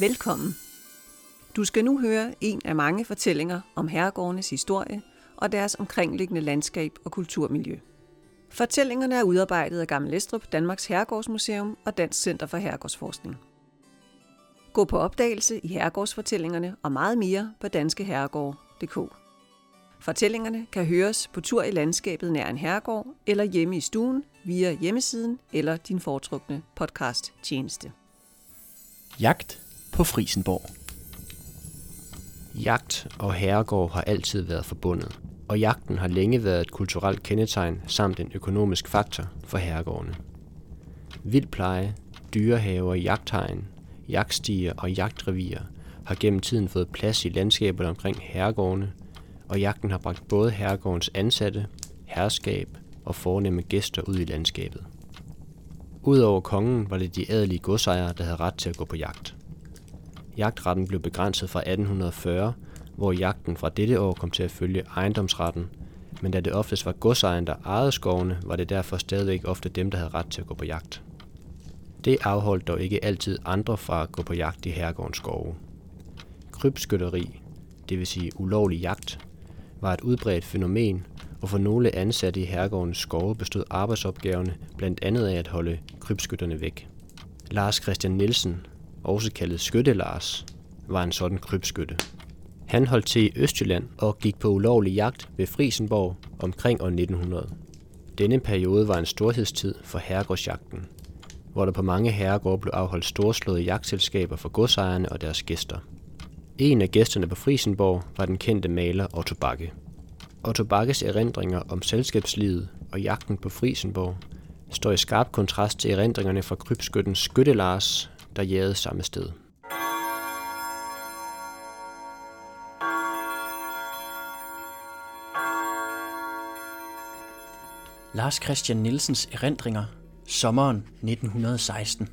Velkommen. Du skal nu høre en af mange fortællinger om herregårdenes historie og deres omkringliggende landskab og kulturmiljø. Fortællingerne er udarbejdet af Gammel Estrup, Danmarks Herregårdsmuseum og Dansk Center for Herregårdsforskning. Gå på opdagelse i herregårdsfortællingerne og meget mere på danskeherregård.dk. Fortællingerne kan høres på tur i landskabet nær en herregård eller hjemme i stuen via hjemmesiden eller din foretrukne podcast-tjeneste. Jagt på Frijsenborg. Jagt og herregård har altid været forbundet, og jagten har længe været et kulturelt kendetegn samt en økonomisk faktor for herregårdene. Vildpleje, dyrehaver, jagthegn, jagtstier og jagtrevier har gennem tiden fået plads i landskabet omkring herregårdene, og jagten har bragt både herregårdens ansatte, herskab og fornemme gæster ud i landskabet. Udover kongen var det de adelige godsejere, der havde ret til at gå på jagt. Jagtretten blev begrænset fra 1840, hvor jagten fra dette år kom til at følge ejendomsretten, men da det oftest var godsejeren, der ejede skovene, var det derfor stadigvæk ofte dem, der havde ret til at gå på jagt. Det afholdt dog ikke altid andre fra at gå på jagt i herregårdens skove. Krybskytteri, det vil sige ulovlig jagt, var et udbredt fænomen, og for nogle ansatte i herregårdens skove bestod arbejdsopgaverne blandt andet af at holde krybskytterne væk. Lars Christian Nielsen, også kaldet Skytte Lars, var en sådan krybskytte. Han holdt til i Østjylland og gik på ulovlig jagt ved Frijsenborg omkring år 1900. Denne periode var en storhedstid for herregårdsjagten, hvor der på mange herregårde blev afholdt storslåede jagtselskaber for godsejerne og deres gæster. En af gæsterne på Frijsenborg var den kendte maler Otto Bakke. Otto Bakkes erindringer om selskabslivet og jagten på Frijsenborg står i skarp kontrast til erindringerne fra krybskytten Skytte Lars, der jagede samme sted. Lars Christian Nielsens erindringer, sommeren 1916.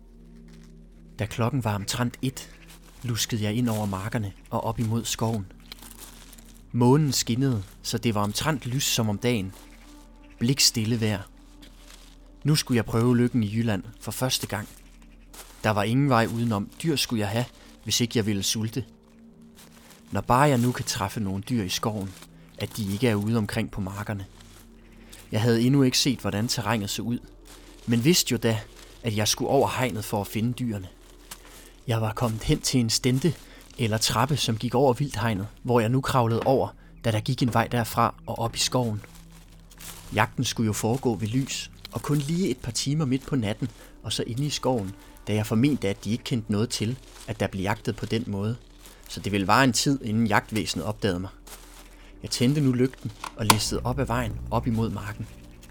Da klokken var omtrent 1, luskede jeg ind over markerne og op imod skoven. Månen skinnede, så det var omtrent lys som om dagen. Blikstille vejr. Nu skulle jeg prøve lykken i Jylland for første gang. Der var ingen vej udenom. Dyr skulle jeg have, hvis ikke jeg ville sulte. Når bare jeg nu kan træffe nogle dyr i skoven, at de ikke er ude omkring på markerne. Jeg havde endnu ikke set, hvordan terrænet så ud, men vidste jo da, at jeg skulle over hegnet for at finde dyrene. Jeg var kommet hen til en stente eller trappe, som gik over vildthegnet, hvor jeg nu kravlede over, da der gik en vej derfra og op i skoven. Jagten skulle jo foregå ved lys, og kun lige et par timer midt på natten, og så inde i skoven, da jeg formente, at de ikke kendte noget til, at der blev jagtet på den måde. Så det ville vare en tid, inden jagtvæsenet opdagede mig. Jeg tændte nu lygten og listede op ad vejen op imod marken.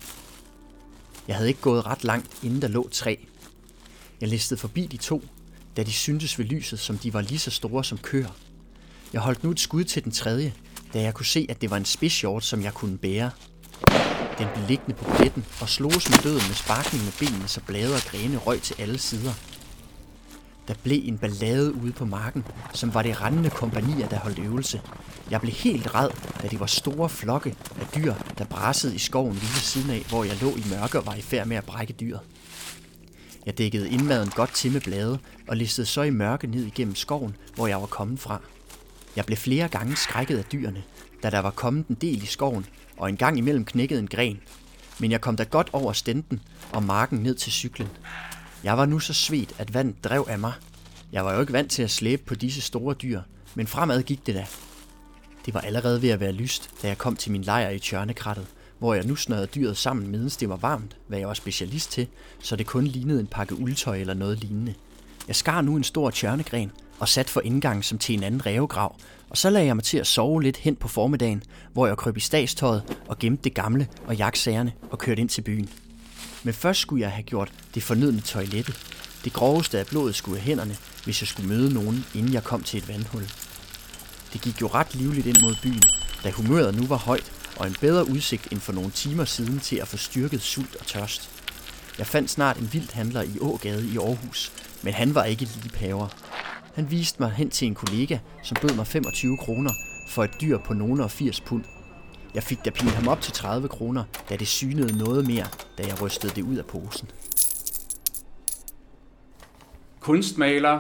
Jeg havde ikke gået ret langt, inden der lå 3. Jeg listede forbi de 2, da de syntes ved lyset, som de var lige så store som køer. Jeg holdt nu et skud til den 3, da jeg kunne se, at det var en spidshjort, som jeg kunne bære. Den blev liggende på pletten og sloges med døden med sparkning med benene, så blade og grene røg til alle sider. Der blev en ballade ude på marken, som var det rendende kompagnier, der holdt øvelse. Jeg blev helt ræd, da det var store flokke af dyr, der brassede i skoven lige ved siden af, hvor jeg lå i mørke og var i færd med at brække dyret. Jeg dækkede indmaden godt til med blade og listede så i mørke ned igennem skoven, hvor jeg var kommet fra. Jeg blev flere gange skrækket af dyrene, da der var kommet en del i skoven, og en gang imellem knækkede en gren. Men jeg kom da godt over stenten og marken ned til cyklen. Jeg var nu så svedt, at vandet drev af mig. Jeg var jo ikke vant til at slæbe på disse store dyr, men fremad gik det da. Det var allerede ved at være lyst, da jeg kom til min lejr i tjørnekrattet, hvor jeg nu snørrede dyret sammen, medens det var varmt, hvad jeg var specialist til, så det kun lignede en pakke uldtøj eller noget lignende. Jeg skar nu en stor tjørnegren og sat for indgang som til en anden rævegrav, og så lagde jeg mig til at sove lidt hen på formiddagen, hvor jeg krøb i stagstøjet og gemte det gamle og jagtsagerne og kørte ind til byen. Men først skulle jeg have gjort det fornødne toilette. Det groveste af blodet skulle af hænderne, hvis jeg skulle møde nogen, inden jeg kom til et vandhul. Det gik jo ret livligt ind mod byen, da humøret nu var højt, og en bedre udsigt end for nogle timer siden til at få styrket sult og tørst. Jeg fandt snart en vildhandler i Ågade i Aarhus, men han var ikke lige paver. Han viste mig hen til en kollega, som bød mig 25 kroner for et dyr på nogen og 80 pund. Jeg fik da pinet ham op til 30 kroner, da det synede noget mere, da jeg rystede det ud af posen. Kunstmaler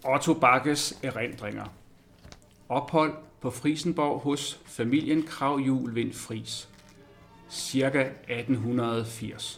Otto Bakkes erindringer. Ophold på Friesenborg hos familien Krag-Juel-Vind Friis. Cirka 1880.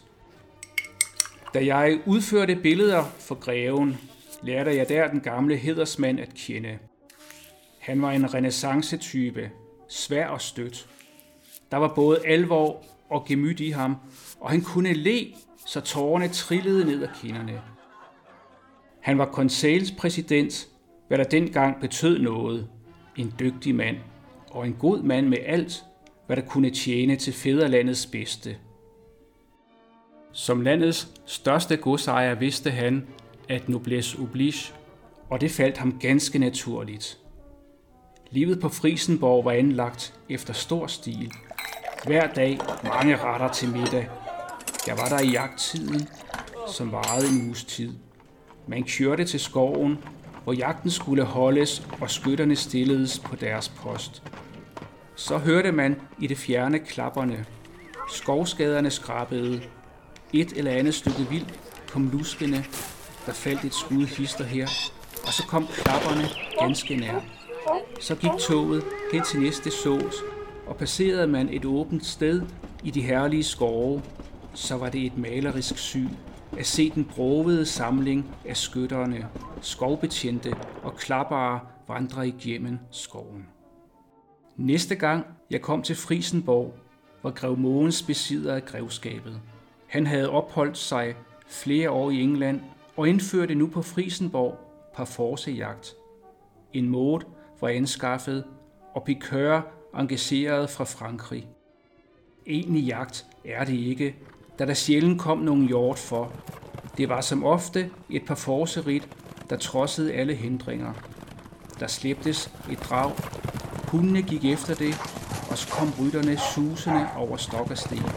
Da jeg udførte billeder for greven, lærte jeg der den gamle hædersmand at kende. Han var en renæssance-type, svær og stødt. Der var både alvor og gemyt i ham, og han kunne le, så tårerne trillede ned ad kinderne. Han var konseilspræsident, hvad der dengang betød noget, en dygtig mand, og en god mand med alt, hvad der kunne tjene til fædrelandets bedste. Som landets største godsejer vidste han, at noblesse oblige, og det faldt ham ganske naturligt. Livet på Friesenborg var anlagt efter stor stil. Hver dag mange retter til middag. Jeg var der i jagttiden, som varede en uges tid. Man kørte til skoven, hvor jagten skulle holdes, og skytterne stilledes på deres post. Så hørte man i det fjerne klapperne. Skovskaderne skrabede. Et eller andet stykke vildt kom luskende. Der faldt et skud hister her, og så kom klapperne ganske nær. Så gik toget hen til næste sås, og passerede man et åbent sted i de herlige skove, så var det et malerisk syn at se den brovede samling af skytterne, skovbetjente og klappere vandre igennem skoven. Næste gang jeg kom til Friesenborg, var grev Mogens besidder af grevskabet. Han havde opholdt sig flere år i England og indførte nu på Friesenborg parforcejagt. En måde var anskaffet, og pikører engageret fra Frankrig. Egentlig jagt er det ikke, da der sjældent kom nogen hjort for. Det var som ofte et parforcerit, der trodsede alle hindringer. Der slæbtes et drag, hundene gik efter det, og så kom rytterne susende over stok og sten. 2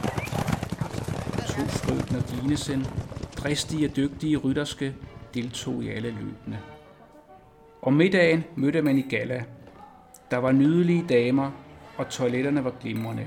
frøkner Dinesen, dristige og dygtige rytterske, deltog i alle løbene. Om middagen mødte man i galla. Der var nydelige damer, og toiletterne var glimrende.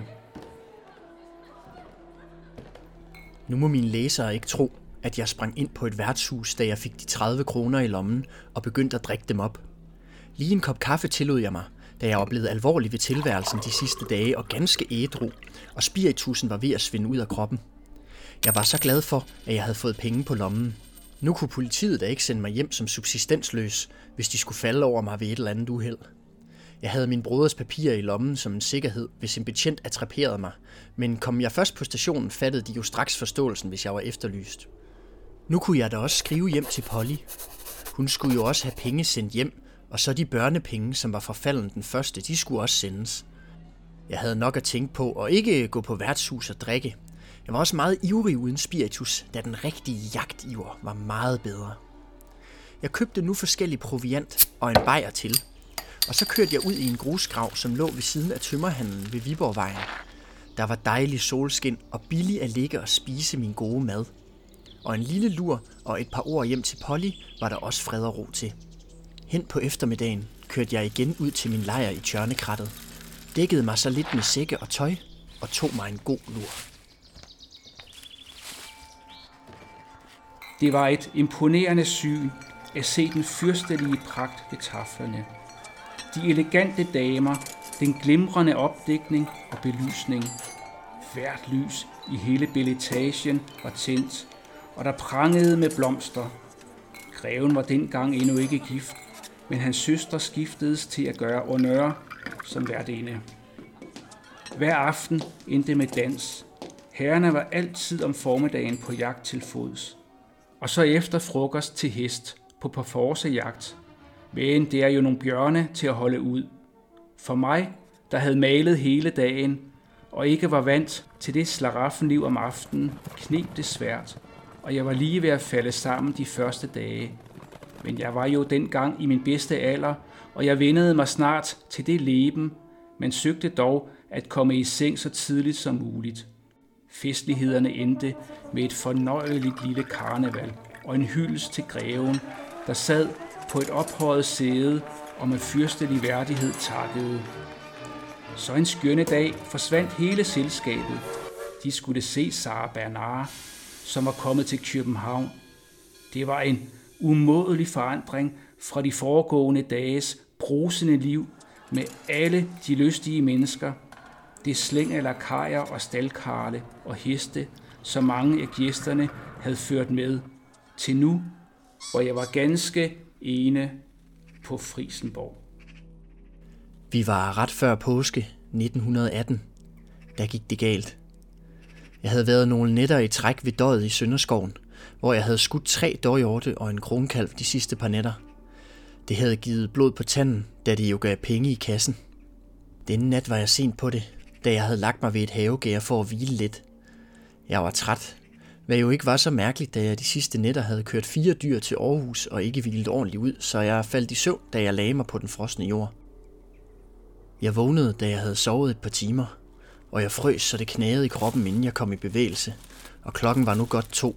Nu må mine læsere ikke tro, at jeg sprang ind på et værtshus, da jeg fik de 30 kroner i lommen og begyndte at drikke dem op. Lige en kop kaffe tillod jeg mig, da jeg var blevet alvorlig ved tilværelsen de sidste dage og ganske ædru, og spiritusen var ved at svinde ud af kroppen. Jeg var så glad for, at jeg havde fået penge på lommen. Nu kunne politiet da ikke sende mig hjem som subsistensløs, hvis de skulle falde over mig ved et eller andet uheld. Jeg havde min broders papirer i lommen som en sikkerhed, hvis en betjent attraperede mig, men kom jeg først på stationen, fattede de jo straks forståelsen, hvis jeg var efterlyst. Nu kunne jeg da også skrive hjem til Polly. Hun skulle jo også have penge sendt hjem, og så de børnepenge, som var forfalden den første, de skulle også sendes. Jeg havde nok at tænke på, og ikke gå på værtshus og drikke. Jeg var også meget ivrig uden spiritus, da den rigtige jagtiver var meget bedre. Jeg købte nu forskellig proviant og en bajer til, og så kørte jeg ud i en grusgrav, som lå ved siden af tømmerhandlen ved Viborgvejen. Der var dejlig solskin og billigt at ligge og spise min gode mad. Og en lille lur og et par ord hjem til Polly var der også fred og ro til. Hen på eftermiddagen kørte jeg igen ud til min lejr i Tjørnekrattet, dækkede mig så lidt med sække og tøj og tog mig en god lur. Det var et imponerende syn at se den fyrstelige pragt ved taflerne. De elegante damer, den glimrende opdækning og belysning. Hvert lys i hele billetagen var tændt, og der prangede med blomster. Greven var dengang endnu ikke gift, men hans søster skiftedes til at gøre honnør som værtinde. Hver aften endte med dans. Herrerne var altid om formiddagen på jagt til fods. Og så efter frokost til hest på parforcejagt. Men det er jo nogle bjørne til at holde ud. For mig, der havde malet hele dagen, og ikke var vant til det slaraffenliv om aftenen, kneb det svært, og jeg var lige ved at falde sammen de første dage. Men jeg var jo dengang i min bedste alder, og jeg vænnede mig snart til det leben, men søgte dog at komme i seng så tidligt som muligt. Festlighederne endte med et fornøjeligt lille karneval og en hyldest til greven, der sad på et ophøjet sæde og med fyrstelig værdighed takkede. Så en skønne dag forsvandt hele selskabet. De skulle se Sarah Bernard, som var kommet til København. Det var en umådelig forandring fra de foregående dages brusende liv med alle de lystige mennesker, det slæng af lakajer og staldkarle og heste, som mange af gæsterne havde ført med, til nu, hvor jeg var ganske ene på Frijsenborg. Vi var ret før påske 1918. Der gik det galt. Jeg havde været nogle nætter i træk ved Døjet i Sønderskoven, hvor jeg havde skudt 3 dårhjorte og en kronkalv de sidste par nætter. Det havde givet blod på tanden, da det jo gav penge i kassen. Denne nat var jeg sent på det, da jeg havde lagt mig ved et havegær for at hvile lidt. Jeg var træt, hvad jo ikke var så mærkeligt, da jeg de sidste nætter havde kørt 4 dyr til Aarhus og ikke hvilet ordentligt ud, så jeg faldt i søvn, da jeg lagde mig på den frosne jord. Jeg vågnede, da jeg havde sovet et par timer, og jeg frøs, så det knagede i kroppen, inden jeg kom i bevægelse, og klokken var nu godt 2.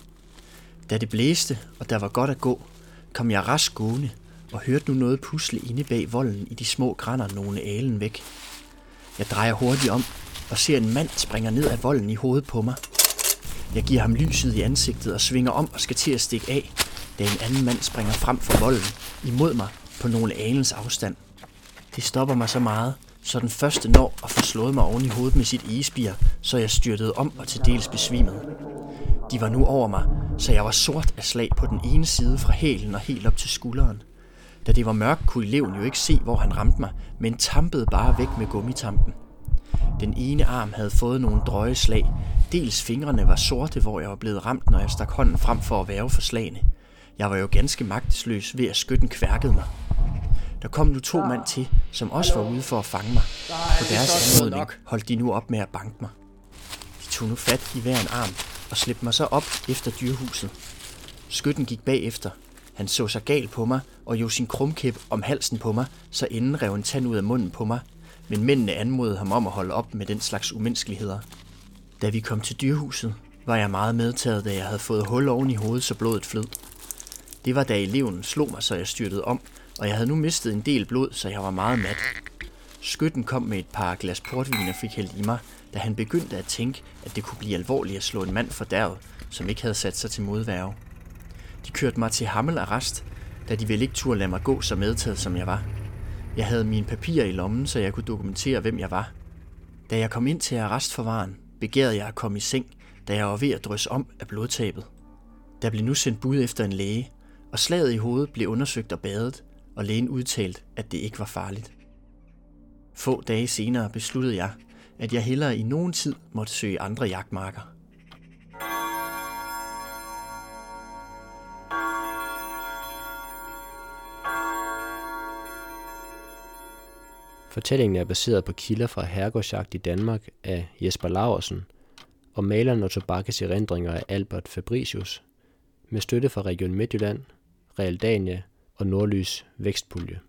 Da det blæste, og der var godt at gå, kom jeg rask gående og hørte nu noget pusle inde bag volden i de små grænder nogle alen væk. Jeg drejer hurtigt om og ser en mand springer ned af volden i hovedet på mig. Jeg giver ham lyset i ansigtet og svinger om og skal til at stikke af, da en anden mand springer frem fra volden imod mig på nogle alens afstand. Det stopper mig så meget, så den første når at få slået mig oven i hovedet med sit egespir, så jeg styrtede om og til dels besvimede. De var nu over mig, så jeg var sort af slag på den ene side fra hælen og helt op til skulderen. Da det var mørkt, kunne eleven jo ikke se, hvor han ramte mig, men tampede bare væk med gummitampen. Den ene arm havde fået nogle drøje slag. Dels fingrene var sorte, hvor jeg var blevet ramt, når jeg stak hånden frem for at værge for slagene. Jeg var jo ganske magtesløs ved, at skytten kværkede mig. Der kom nu 2 mand til, som også var ude for at fange mig. På deres anmodning holdt de nu op med at banke mig. De tog nu fat i hver en arm og slæbte mig så op efter dyrehuset. Skytten gik bagefter. Han så sig gal på mig og jog sin krumkæp om halsen på mig, så enden rev en tand ud af munden på mig, men mændene anmodede ham om at holde op med den slags umenneskeligheder. Da vi kom til dyrehuset, var jeg meget medtaget, da jeg havde fået hul oven i hovedet, så blodet flød. Det var da eleven slog mig, så jeg styrtede om, og jeg havde nu mistet en del blod, så jeg var meget mat. Skytten kom med et par glas portvin og fik hældt i mig, da han begyndte at tænke, at det kunne blive alvorligt at slå en mand fordærvet, som ikke havde sat sig til modværge. De kørte mig til Hammel arrest, da de vel ikke turde lade mig gå så medtaget, som jeg var. Jeg havde mine papirer i lommen, så jeg kunne dokumentere, hvem jeg var. Da jeg kom ind til arrestforvaren, begærede jeg at komme i seng, da jeg var ved at drysse om af blodtabet. Der blev nu sendt bud efter en læge, og slaget i hovedet blev undersøgt og badet, og lægen udtalte, at det ikke var farligt. Få dage senere besluttede jeg, at jeg hellere i nogen tid måtte søge andre jagtmarker. Fortællingen er baseret på kilder fra herregårdsjagt i Danmark af Jesper Laursen og maleren og tobakkes erindringer af Albert Fabricius med støtte fra Region Midtjylland, Realdania og Nordlys Vækstpulje.